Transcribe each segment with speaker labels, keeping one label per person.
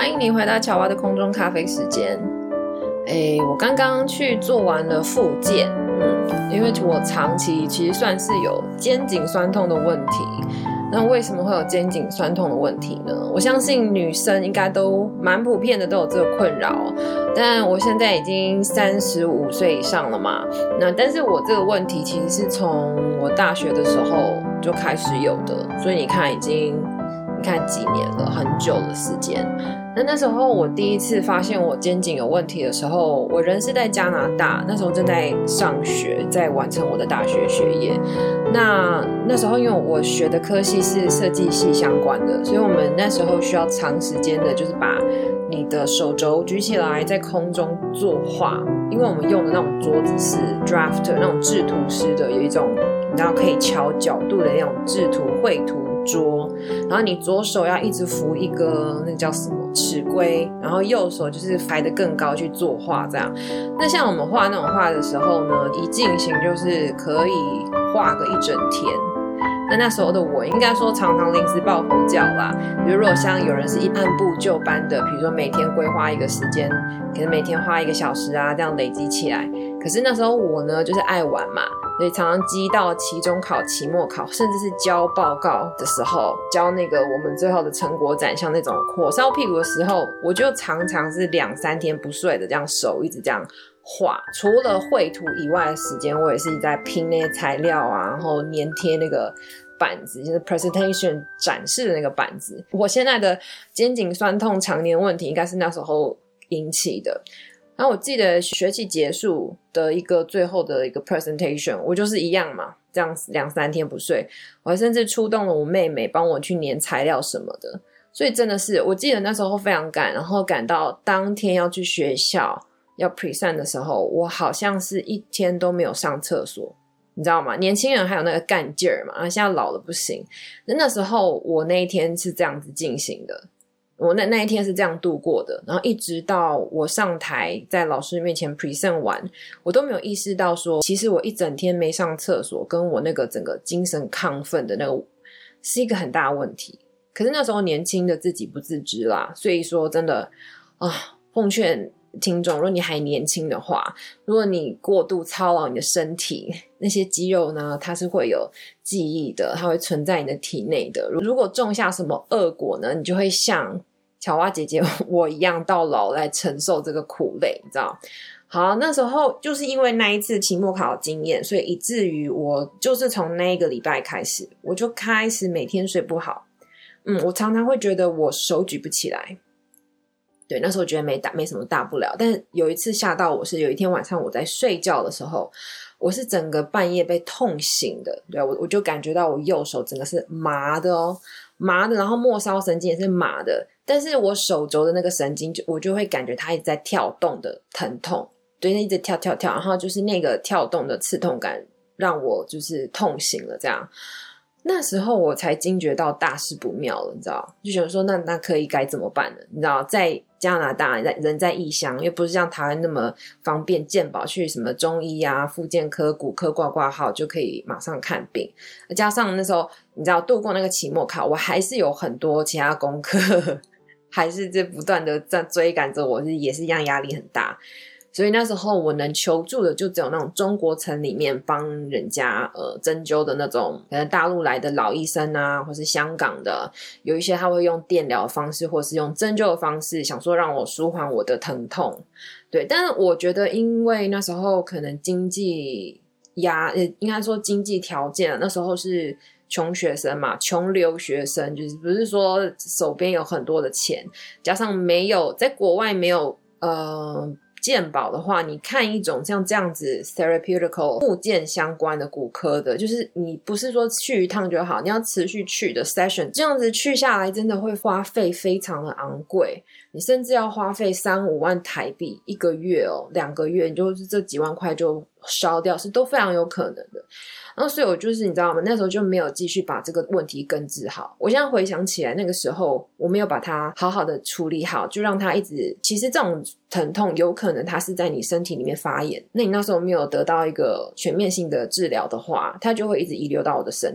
Speaker 1: 欢迎你回到乔娃的空中咖啡时间。我刚刚去做完了复健，因为我长期其实算是有肩颈酸痛的问题。那为什么会有肩颈酸痛的问题呢？我相信女生应该都蛮普遍的，都有这个困扰。但我现在已经35岁以上了嘛，但是我这个问题其实是从我大学的时候就开始有的，所以你看几年了，很久的时间。那时候我第一次发现我肩颈有问题的时候，我人是在加拿大，那时候正在上学，在完成我的大学学业。那时候因为我学的科系是设计系相关的，所以我们那时候需要长时间的就是把你的手肘举起来在空中作画，因为我们用的那种桌子是 drafter 那种制图师的，有一种你知道可以调角度的那种制图绘图桌，然后你左手要一直扶一个那叫什么尺规，然后右手就是抬得更高去作画这样。那像我们画那种画的时候呢，一进行就是可以画个一整天。那时候的我应该说常常临时抱佛脚啦，比如如果像有人是按部就班的，比如说每天规划一个时间，可能每天花1个小时啊，这样累积起来。可是那时候我呢就是爱玩嘛，所以常常积到期中考、期末考，甚至是交报告的时候，交那个我们最后的成果展，像那种火烧屁股的时候，我就常常是2-3天不睡的，这样手一直这样画。除了绘图以外的时间，我也是在拼那些材料啊，然后粘贴那个板子，就是 presentation 展示的那个板子。我现在的肩颈酸痛常年问题应该是那时候引起的。然后我记得学期结束的最后的一个 presentation， 我就是一样嘛，这样2-3天不睡，我还甚至出动了我妹妹帮我去粘材料什么的。所以真的是我记得那时候非常赶，然后赶到当天要去学校要 present 的时候，我好像是1天都没有上厕所，你知道吗？年轻人还有那个干劲儿嘛，现在老了不行。那时候我那一天是这样子进行的，我那一天是这样度过的，然后一直到我上台在老师面前 present 完，我都没有意识到说其实我一整天没上厕所跟我那个整个精神亢奋的那个是一个很大的问题。可是那时候年轻的自己不自知啦，所以说真的奉劝听众，如果你还年轻的话，如果你过度操劳你的身体，那些肌肉呢它是会有记忆的，它会存在你的体内的。如果种下什么恶果呢，你就会像乔娃姐姐我一样到老来承受这个苦累，你知道。好，那时候就是因为那一次期末考的经验，所以以至于我就是从那一个礼拜开始，我就开始每天睡不好。我常常会觉得我手举不起来。对，那时候觉得没什么大不了，但是有一次吓到我是有一天晚上我在睡觉的时候，我是整个半夜被痛醒的。对，我就感觉到我右手整个是麻的，然后末梢神经也是麻的，但是我手肘的那个神经我就会感觉它一直在跳动的疼痛，对，一直跳，然后就是那个跳动的刺痛感让我就是痛醒了这样。那时候我才惊觉到大事不妙了，你知道，就想说那可以该怎么办呢？你知道，在加拿大人在异乡，又不是像台湾那么方便健保去什么中医啊、复健科、骨科挂号就可以马上看病。加上那时候你知道度过那个期末考，我还是有很多其他功课还是在不断的在追赶着我，也是一样压力很大。所以那时候我能求助的就只有那种中国城里面帮人家针灸的那种，可能大陆来的老医生啊，或是香港的，有一些他会用电疗的方式或是用针灸的方式，想说让我舒缓我的疼痛。对，但是我觉得因为那时候可能经济应该说经济条件那时候是穷学生嘛，穷留学生，就是不是说手边有很多的钱，加上没有在国外没有健保的话，你看一种像这样子 therapeutical 复健相关的骨科的，就是你不是说去一趟就好，你要持续去的 session， 这样子去下来真的会花费非常的昂贵，你甚至要花费3-5万台币1个月2个月你就是这几万块就烧掉，是都非常有可能的。然后所以我就是你知道吗，那时候就没有继续把这个问题根治好。我现在回想起来，那个时候我没有把它好好的处理好，就让它一直，其实这种疼痛有可能它是在你身体里面发炎，那你那时候没有得到一个全面性的治疗的话，它就会一直遗留到我的身体。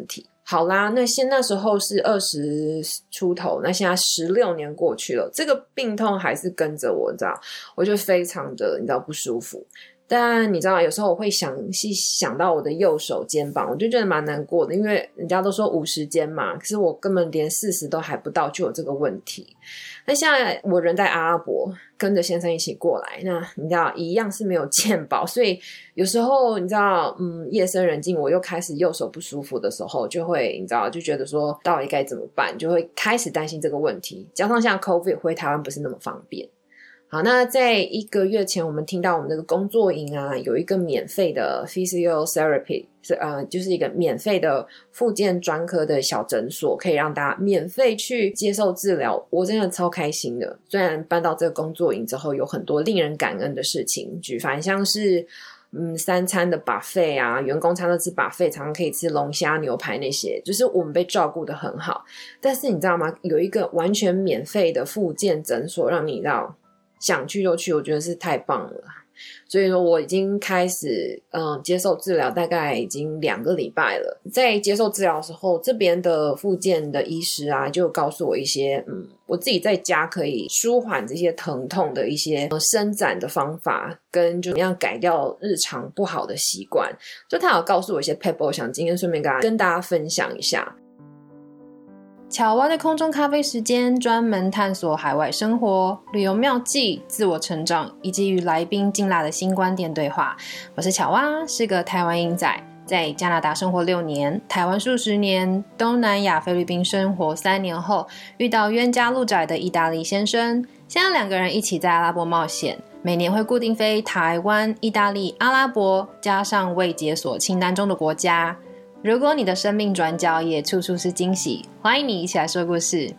Speaker 1: 好啦，那时候是20出头，那现在16年过去了，这个病痛还是跟着我，你知道，我就非常的不舒服。但你知道有时候我会想到我的右手肩膀，我就觉得蛮难过的，因为人家都说50肩嘛，可是我根本连40都还不到就有这个问题。那现在我人在阿拉伯，跟着先生一起过来，那你知道一样是没有健保，所以有时候你知道夜深人静我又开始右手不舒服的时候，就会你知道就觉得说到底该怎么办，就会开始担心这个问题，加上现在 COVID 回台湾不是那么方便。好，那在1个月前我们听到我们这个工作营啊，有一个免费的 physiotherapy，就是一个免费的复健专科的小诊所，可以让大家免费去接受治疗，我真的超开心的。虽然搬到这个工作营之后有很多令人感恩的事情，举凡像是3餐的 buffet 啊，员工餐都吃 buffet， 常常可以吃龙虾牛排那些，就是我们被照顾得很好。但是你知道吗，有一个完全免费的复健诊所，让你知道想去就去，我觉得是太棒了。所以说我已经开始接受治疗，大概已经2个礼拜了。在接受治疗的时候，这边的复健的医师啊就告诉我一些我自己在家可以舒缓这些疼痛的一些伸展的方法，跟就怎么样改掉日常不好的习惯，就他有告诉我一些 pebble， 我想今天顺便跟大家分享一下。巧蛙的空中咖啡时间专门探索海外生活、旅游妙计、自我成长，以及与来宾劲辣的新观点对话。我是巧蛙，是个台湾英仔，在加拿大生活6年，台湾数10年，东南亚菲律宾生活3年后，遇到冤家路窄的意大利先生，现在2个人一起在阿拉伯冒险，每年会固定飞台湾、意大利、阿拉伯，加上未解锁清单中的国家。如果你的生命转角也处处是惊喜，欢迎你一起来说故事。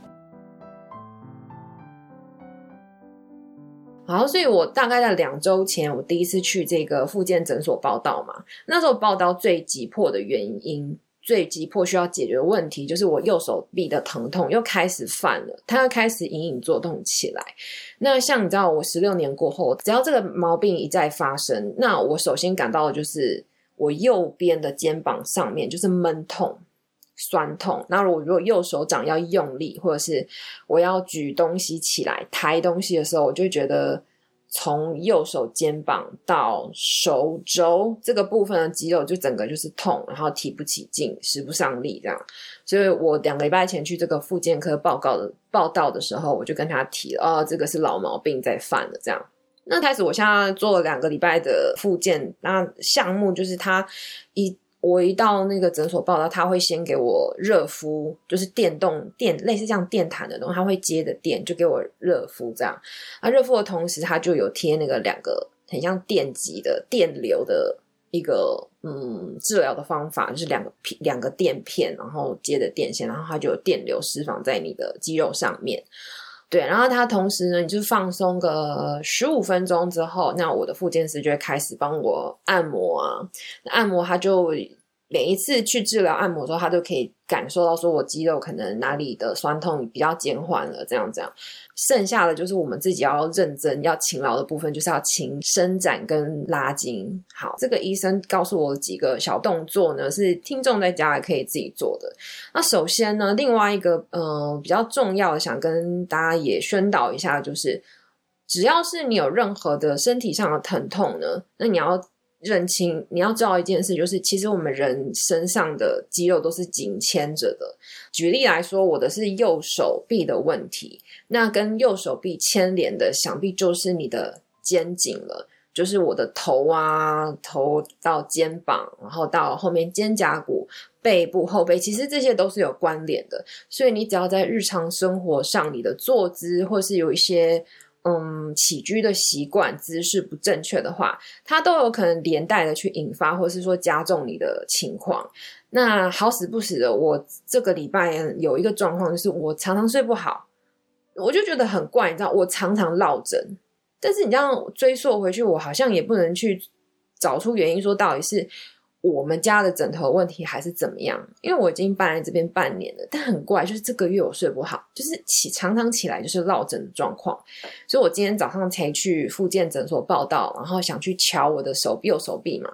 Speaker 1: 好，所以我大概在2周前，我第一次去这个复健诊所报到嘛。那时候报到最急迫的原因，最急迫需要解决的问题，就是我右手臂的疼痛又开始犯了，它又开始隐隐作痛起来。那像你知道，我16年过后，只要这个毛病一再发生，那我首先感到的就是我右边的肩膀上面就是闷痛酸痛，那如果右手掌要用力，或者是我要举东西起来抬东西的时候，我就会觉得从右手肩膀到手肘这个部分的肌肉就整个就是痛，然后提不起劲，使不上力这样。所以我2个礼拜前去这个复健科报道的时候，我就跟他提了这个是老毛病在犯了这样。那开始我现在做了2个礼拜的复健，那项目就是我一到那个诊所报到，他会先给我热敷，就是类似像电毯的东西，他会接的电就给我热敷这样。热敷的同时他就有贴那个2个很像电极的电流的一个治疗的方法，就是两个垫片，然后接的电线，然后它就有电流释放在你的肌肉上面。对，然后它同时呢，你就放松个15分钟之后，那我的复健师就会开始帮我按摩啊。按摩它就每一次去治疗按摩的时候，它都可以感受到说我肌肉可能哪里的酸痛比较减缓了，这样。剩下的就是我们自己要认真要勤劳的部分，就是要勤伸展跟拉筋。好，这个医生告诉我几个小动作呢，是听众在家也可以自己做的。那首先呢，另外一个比较重要的想跟大家也宣导一下，就是只要是你有任何的身体上的疼痛呢，那你要认清，你要知道一件事，就是其实我们人身上的肌肉都是紧牵着的。举例来说，我的是右手臂的问题，那跟右手臂牵连的想必就是你的肩颈了，就是我的头到肩膀，然后到后面肩胛骨、背部、后背，其实这些都是有关联的。所以你只要在日常生活上，你的坐姿或是有一些起居的习惯姿势不正确的话，它都有可能连带的去引发或是说加重你的情况。那好死不死的，我这个礼拜有一个状况，就是我常常睡不好，我就觉得很怪，你知道，我常常落枕，但是你这样追溯回去，我好像也不能去找出原因，说到底是我们家的枕头问题还是怎么样，因为我已经搬来这边半年了，但很怪，就是这个月我睡不好，就是常常起来就是落枕的状况。所以我今天早上才去复健诊所报到，然后想去瞧我的右手臂嘛，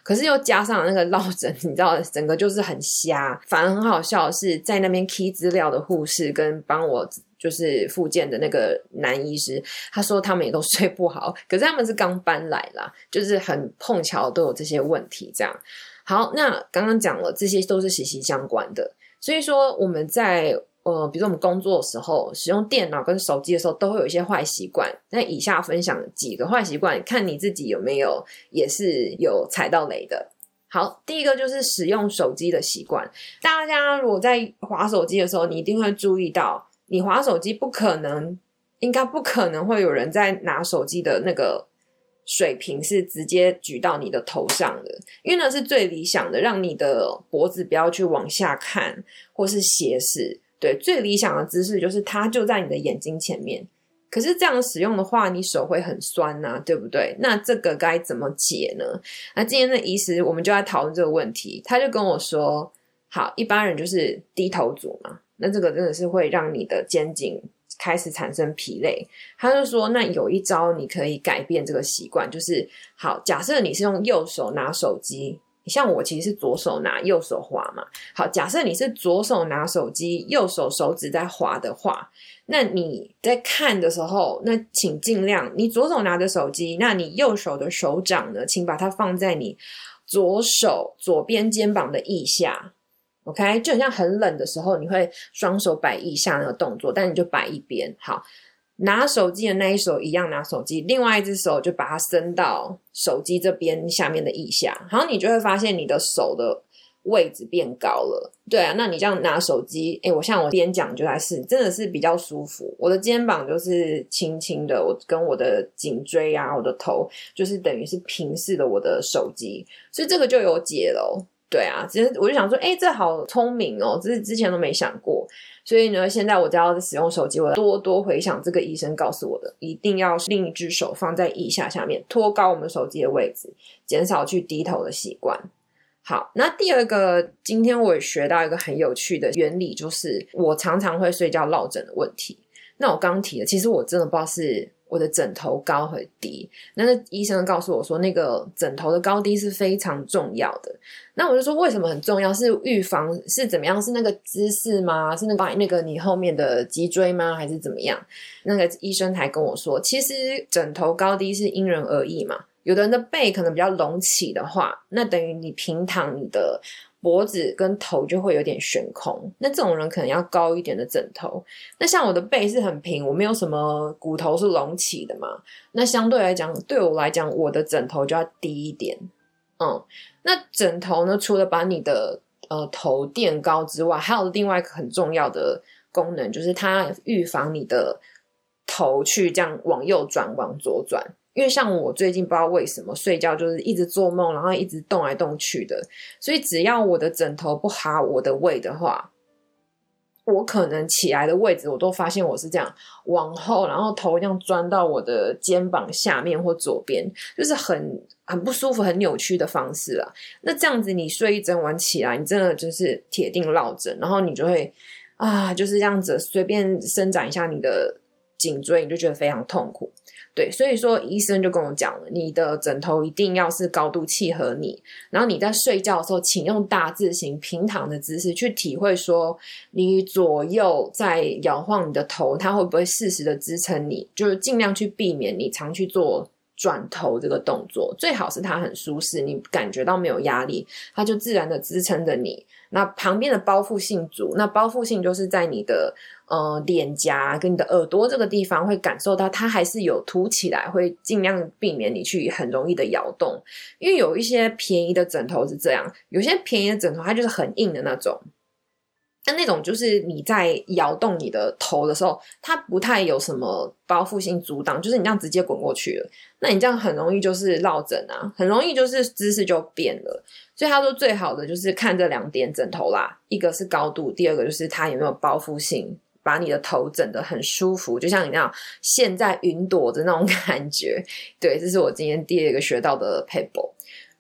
Speaker 1: 可是又加上那个落枕，你知道整个就是很瞎。反而很好笑的是，在那边 key 资料的护士跟帮我就是复健的那个男医师，他说他们也都睡不好，可是他们是刚搬来啦，就是很碰巧都有这些问题这样。好，那刚刚讲了，这些都是息息相关的，所以说我们在比如说我们工作的时候使用电脑跟手机的时候都会有一些坏习惯，那以下分享几个坏习惯，看你自己有没有也是有踩到雷的。好，第一个就是使用手机的习惯。大家如果在滑手机的时候，你一定会注意到，你滑手机应该不可能会有人在拿手机的那个水平是直接举到你的头上的，因为那是最理想的，让你的脖子不要去往下看或是斜视。对，最理想的姿势就是它就在你的眼睛前面。可是这样使用的话，你手会很酸啊，对不对？那这个该怎么解呢？那今天的医师我们就在讨论这个问题，他就跟我说，好，一般人就是低头族嘛，那这个真的是会让你的肩颈开始产生疲累。他就说，那有一招你可以改变这个习惯，就是好，假设你是用右手拿手机，像我其实是左手拿右手滑嘛。好，假设你是左手拿手机，右手手指在滑的话，那你在看的时候，那请尽量你左手拿着手机，那你右手的手掌呢，请把它放在你左边肩膀的腋下。OK， 就很像很冷的时候你会双手摆腋下那个动作，但你就摆一边。好，拿手机的那一手一样拿手机，另外一只手就把它伸到手机这边下面的腋下，然后你就会发现你的手的位置变高了。对啊，那你这样拿手机，我边讲就在试，真的是比较舒服。我的肩膀就是轻轻的，我跟我的颈椎啊，我的头就是等于是平视了我的手机，所以这个就有解了。对啊，其实我就想说，这好聪明哦，这是之前都没想过。所以呢，现在我只要使用手机，我多多回想这个医生告诉我的，一定要另一只手放在腋下下面，托高我们手机的位置，减少去低头的习惯。好，那第二个，今天我也学到一个很有趣的原理，就是我常常会睡觉落枕的问题。那我刚提的，其实我真的不知道是我的枕头高和低，那医生告诉我说，那个枕头的高低是非常重要的。那我就说为什么很重要？是预防是怎么样？是那个姿势吗？是那个你后面的脊椎吗？还是怎么样？那个医生还跟我说，其实枕头高低是因人而异嘛。有的人的背可能比较隆起的话，那等于你平躺，你的脖子跟头就会有点悬空，那这种人可能要高一点的枕头。那像我的背是很平，我没有什么骨头是隆起的嘛，那相对来讲，对我来讲，我的枕头就要低一点。那枕头呢，除了把你的头垫高之外，还有另外一个很重要的功能，就是它预防你的头去这样往右转往左转。因为像我最近不知道为什么睡觉就是一直做梦，然后一直动来动去的，所以只要我的枕头不哈我的胃的话，我可能起来的位置我都发现我是这样往后，然后头这样钻到我的肩膀下面或左边，就是很不舒服很扭曲的方式啦。那这样子你睡一整晚起来，你真的就是铁定落枕，然后你就会就是这样子随便伸展一下你的颈椎，你就觉得非常痛苦。对，所以说医生就跟我讲了，你的枕头一定要是高度契合你，然后你在睡觉的时候请用大字型平躺的姿势去体会说你左右在摇晃你的头，它会不会适时的支撑你，就是尽量去避免你常去做转头这个动作，最好是它很舒适，你感觉到没有压力，它就自然的支撑着你。那旁边的包覆性组，那包覆性就是在你的脸颊跟你的耳朵这个地方会感受到它还是有凸起来，会尽量避免你去很容易的摇动。因为有一些便宜的枕头是这样，有些便宜的枕头它就是很硬的那种，那种就是你在摇动你的头的时候，它不太有什么包覆性阻挡，就是你这样直接滚过去了，那你这样很容易就是落枕啊，很容易就是姿势就变了。所以他说最好的就是看这两点枕头啦，一个是高度，第二个就是它有没有包覆性，把你的头枕得很舒服，就像你那样现在云朵的那种感觉。对，这是我今天第二个学到的 pebble。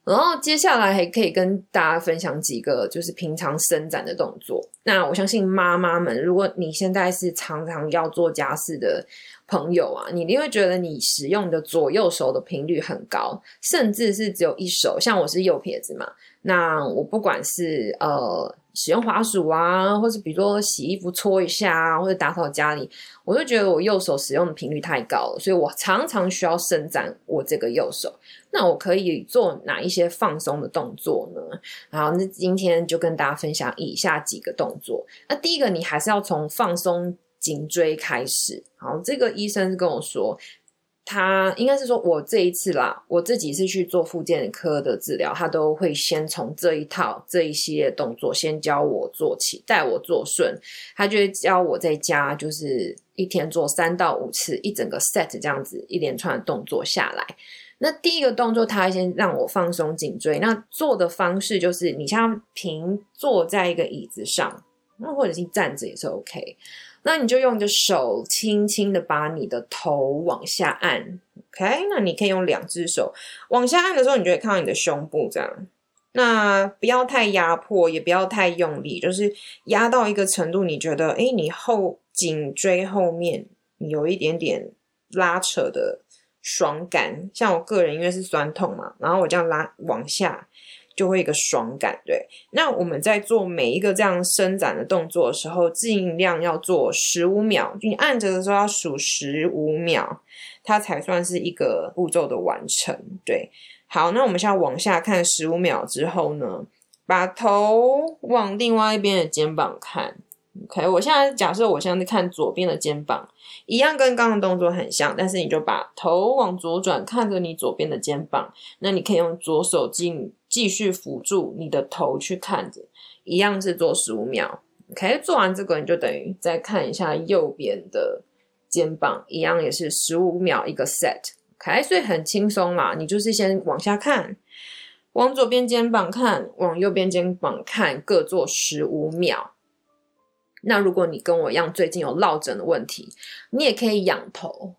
Speaker 1: 然后接下来还可以跟大家分享几个就是平常伸展的动作。那我相信妈妈们，如果你现在是常常要做家事的朋友啊，你一定会觉得你使用的左右手的频率很高，甚至是只有一手。像我是右撇子嘛，那我不管是使用滑鼠啊，或是比如说洗衣服搓一下啊，或者打扫家里，我就觉得我右手使用的频率太高了，所以我常常需要伸展我这个右手。那我可以做哪一些放松的动作呢？好，那今天就跟大家分享以下几个动作。那第一个，你还是要从放松颈椎开始。好，这个医生跟我说，他应该是说我这一次啦，我自己是去做复健科的治疗，他都会先从这一系列动作先教我做起，带我做顺，他就会教我在家就是一天做3到5次，一整个 set 这样子一连串的动作下来。那第一个动作他先让我放松颈椎，那做的方式就是你像平坐在一个椅子上，那或者是站着也是 OK， 那你就用你的手轻轻的把你的头往下按 OK， 那你可以用2只手往下按的时候，你就会看到你的胸部这样，那不要太压迫也不要太用力，就是压到一个程度你觉得你颈椎后面你有一点点拉扯的爽感，像我个人因为是酸痛嘛，然后我这样拉往下就会有一个爽感。对，那我们在做每一个这样伸展的动作的时候，尽量要做15秒，就你按着的时候要数15秒，它才算是一个步骤的完成。对，好，那我们现在往下看15秒之后呢，把头往另外一边的肩膀看。OK， 我现在假设我现在是看左边的肩膀，一样跟刚刚的动作很像，但是你就把头往左转，看着你左边的肩膀，那你可以用左手继续辅助你的头去看着，一样是做15秒。OK， 做完这个你就等于再看一下右边的肩膀，一样也是15秒一个 set。OK， 所以很轻松嘛，你就是先往下看，往左边肩膀看，往右边肩膀看，各做15秒。那如果你跟我一样最近有落枕的问题，你也可以仰头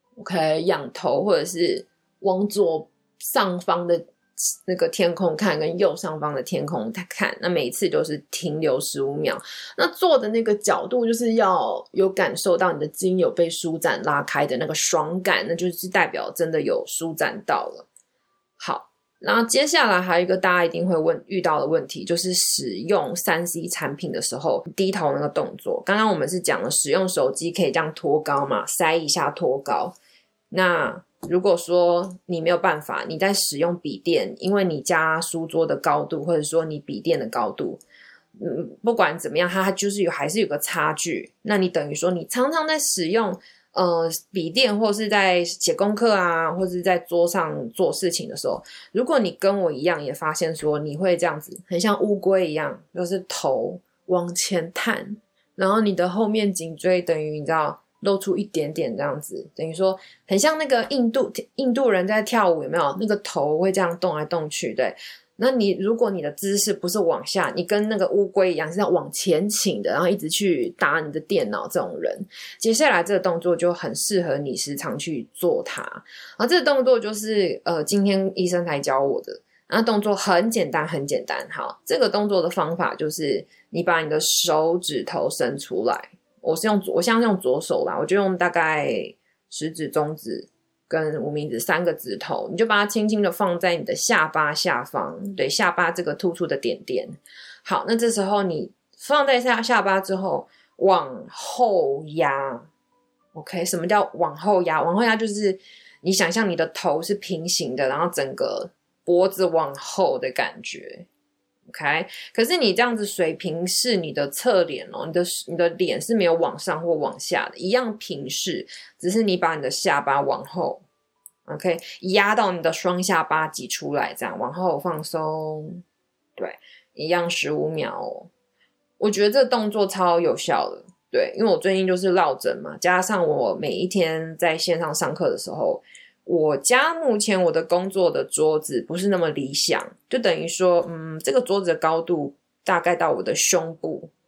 Speaker 1: OK， 仰头或者是往左上方的那个天空看跟右上方的天空看，那每一次都是停留15秒。那做的那个角度就是要有感受到你的筋有被舒展拉开的那个爽感，那就是代表真的有舒展到了。好，然后接下来还有一个大家一定会遇到的问题，就是使用 3C 产品的时候低头那个动作。刚刚我们是讲了使用手机可以这样托高嘛，塞一下托高。那如果说你没有办法，你在使用笔电，因为你家书桌的高度或者说你笔电的高度不管怎么样它就是还是有个差距，那你等于说你常常在使用笔电或是在写功课啊，或是在桌上做事情的时候，如果你跟我一样也发现说你会这样子很像乌龟一样，就是头往前探，然后你的后面颈椎等于你知道露出一点点这样子，等于说很像那个印度人在跳舞，有没有那个头会这样动来动去。对，那如果你的姿势不是往下，你跟那个乌龟一样是要往前倾的，然后一直去打你的电脑，这种人接下来这个动作就很适合你时常去做它。然后这个动作就是今天医生才教我的，然后动作很简单很简单。好，这个动作的方法就是你把你的手指头伸出来，我现在是用左手啦，我就用大概食指、中指跟无名指3个指头，你就把它轻轻的放在你的下巴下方，对，下巴这个突出的点点。好，那这时候你放在下巴之后往后压 OK， 什么叫往后压？往后压就是你想象你的头是平行的，然后整个脖子往后的感觉OK， 可是你这样子水平视你的侧脸哦，你的脸是没有往上或往下的，一样平视，只是你把你的下巴往后 OK， 压到你的双下巴挤出来，这样往后放松，对，一样15秒哦。我觉得这动作超有效的，对，因为我最近就是落枕嘛，加上我每一天在线上上课的时候，我家目前我的工作的桌子不是那么理想，就等于说这个桌子的高度大概到我的胸部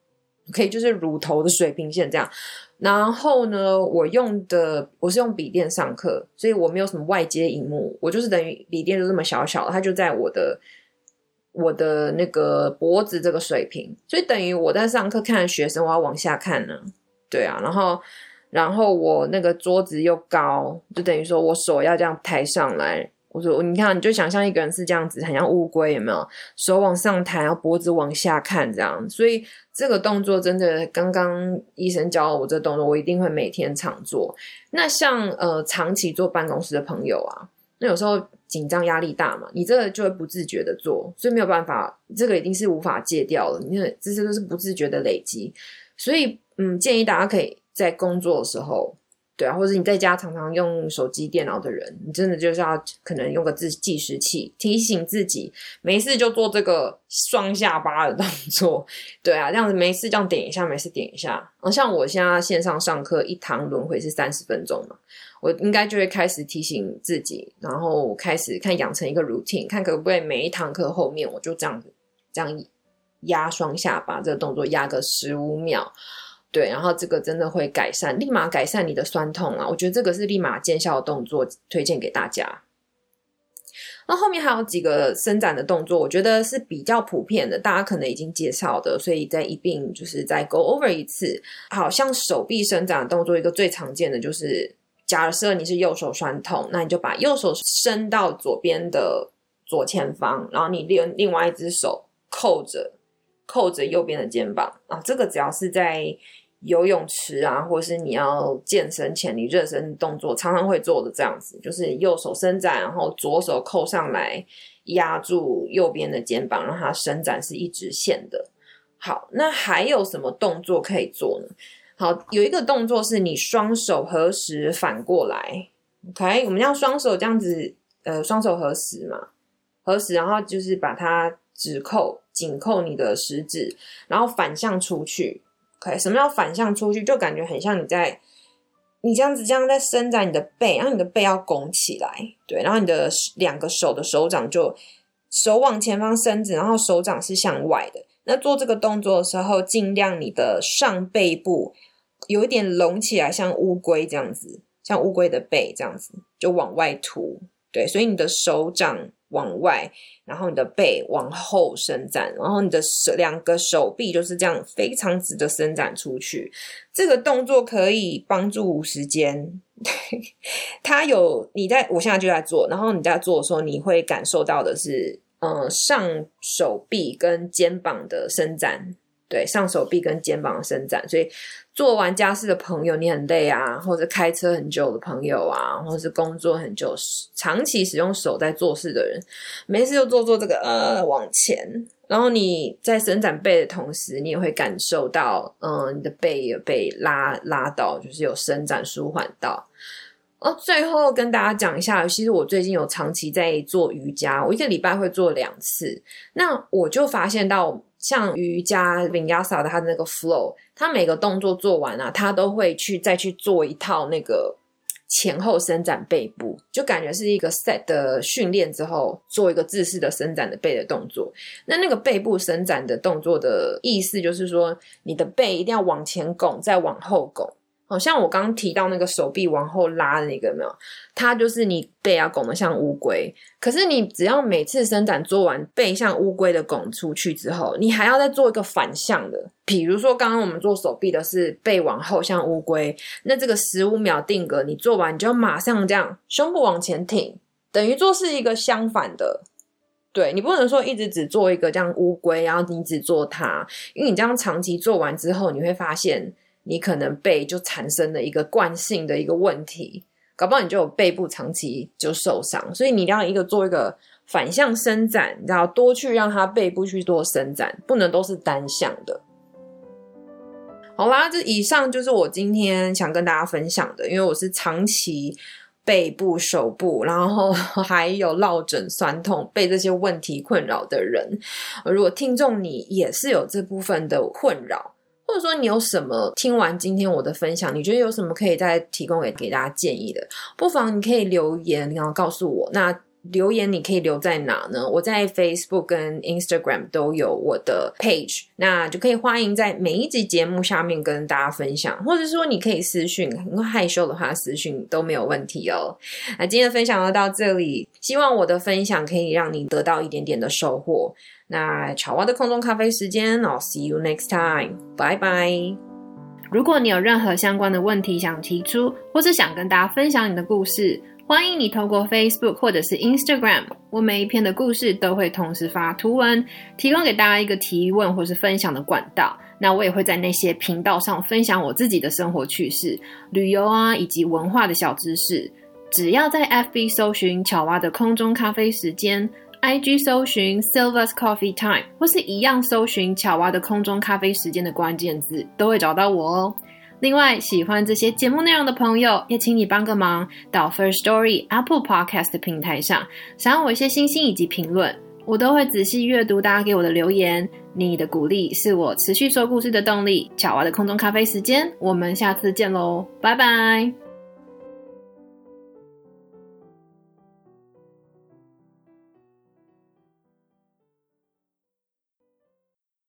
Speaker 1: 可以就是乳头的水平线这样。然后呢，我是用笔电上课，所以我没有什么外接萤幕，我就是等于笔电就这么小小的，它就在我的那个脖子这个水平，所以等于我在上课看的学生，我要往下看呢。对啊，然后我那个桌子又高，就等于说我手要这样抬上来。我说你看，你就想象一个人是这样子，很像乌龟，有没有？手往上抬，然后脖子往下看这样。所以这个动作真的，刚刚医生教我这动作，我一定会每天常做。那像长期坐办公室的朋友啊，那有时候紧张压力大嘛，你这个就会不自觉的做，所以没有办法，这个一定是无法戒掉了，因为这些都是不自觉的累积。所以建议大家可以在工作的时候，对啊，或者你在家常常用手机电脑的人，你真的就是要可能用个计时器提醒自己，没事就做这个双下巴的动作。对啊，这样子没事这样点一下，没事点一下。像我现在线上上课一堂轮回是30分钟嘛，我应该就会开始提醒自己，然后开始看养成一个 routine， 看可不可以每一堂课后面我就这样压双下巴这个动作压个15秒。对，然后这个真的会立马改善你的酸痛啊！我觉得这个是立马见效的动作，推荐给大家。那后面还有几个伸展的动作，我觉得是比较普遍的，大家可能已经介绍的，所以再一并就是再 go over 一次。好像手臂伸展的动作，一个最常见的就是，假设你是右手酸痛，那你就把右手伸到左边的左前方，然后你另外一只手扣着右边的肩膀啊，这个只要是在游泳池啊，或是你要健身前你热身动作常常会做的这样子，就是右手伸展，然后左手扣上来压住右边的肩膀，让它伸展是一直线的。好，那还有什么动作可以做呢？好，有一个动作是你双手合十反过来 OK， 我们要双手这样子双手合十嘛，合十，然后就是把它紧扣你的食指，然后反向出去。OK， 什么叫反向出去？就感觉很像你这样在伸展你的背，然后你的背要拱起来，对，然后你的两个手的手掌就手往前方伸直，然后手掌是向外的。那做这个动作的时候，尽量你的上背部有一点隆起来，像乌龟这样子，像乌龟的背这样子，就往外凸。对，所以你的手掌往外，然后你的背往后伸展，然后你的两个手臂就是这样非常直的伸展出去。这个动作可以帮助时间我现在就在做，然后你在做的时候你会感受到的是上手臂跟肩膀的伸展。对，上手臂跟肩膀的伸展。所以做完家事的朋友，你很累啊，或者开车很久的朋友啊，或者是工作很久长期使用手在做事的人，没事就做这个往前，然后你在伸展背的同时，你也会感受到你的背也被拉到，就是有伸展舒缓到。最后跟大家讲一下，其实我最近有长期在做瑜伽，我一个礼拜会做2次。那我就发现到像瑜伽 Vinyasa 的它的那个 flow， 它每个动作做完啊，它都会再去做一套那个前后伸展背部，就感觉是一个 set 的训练之后做一个自式的伸展的背的动作。那个背部伸展的动作的意思就是说，你的背一定要往前拱再往后拱。好像我刚刚提到那个手臂往后拉的那个，有没有？它就是你背要拱得像乌龟，可是你只要每次伸展做完背像乌龟的拱出去之后，你还要再做一个反向的。比如说刚刚我们做手臂的是背往后像乌龟，那这个15秒定格你做完你就要马上这样胸部往前挺，等于做是一个相反的。对，你不能说一直只做一个这样乌龟，然后你只做它，因为你这样长期做完之后，你会发现你可能背就产生了一个惯性的一个问题，搞不好你就有背部长期就受伤。所以你一定要做一个反向伸展，你知道，多去让它背部去做伸展，不能都是单向的。好啦，这以上就是我今天想跟大家分享的，因为我是长期背部、手部，然后还有落枕、酸痛、被这些问题困扰的人。如果听众你也是有这部分的困扰，或者说你有什么听完今天我的分享，你觉得有什么可以再提供给大家建议的，不妨你可以留言然后告诉我。那留言你可以留在哪呢？我在 Facebook 跟 Instagram 都有我的 page， 那就可以欢迎在每一集节目下面跟大家分享，或者说你可以私讯，因为害羞的话私讯都没有问题哦。那今天的分享就到这里，希望我的分享可以让你得到一点点的收获。那巧蛙的空中咖啡时间 I'll see you next time， 拜拜。如果你有任何相关的问题想提出，或是想跟大家分享你的故事，欢迎你透过 Facebook 或者是 Instagram， 我每一篇的故事都会同时发图文，提供给大家一个提问或是分享的管道。那我也会在那些频道上分享我自己的生活趣事、旅游啊，以及文化的小知识。只要在 FB 搜寻巧蛙的空中咖啡时间， IG 搜寻 Silva's Coffee Time， 或是一样搜寻巧蛙的空中咖啡时间的关键字，都会找到我哦。另外，喜欢这些节目内容的朋友，也请你帮个忙，到 Firstory、Apple Podcast 的平台上赏我一些星星以及评论，我都会仔细阅读大家给我的留言。你的鼓励是我持续说故事的动力。巧蛙的空中咖啡时间，我们下次见咯，拜拜。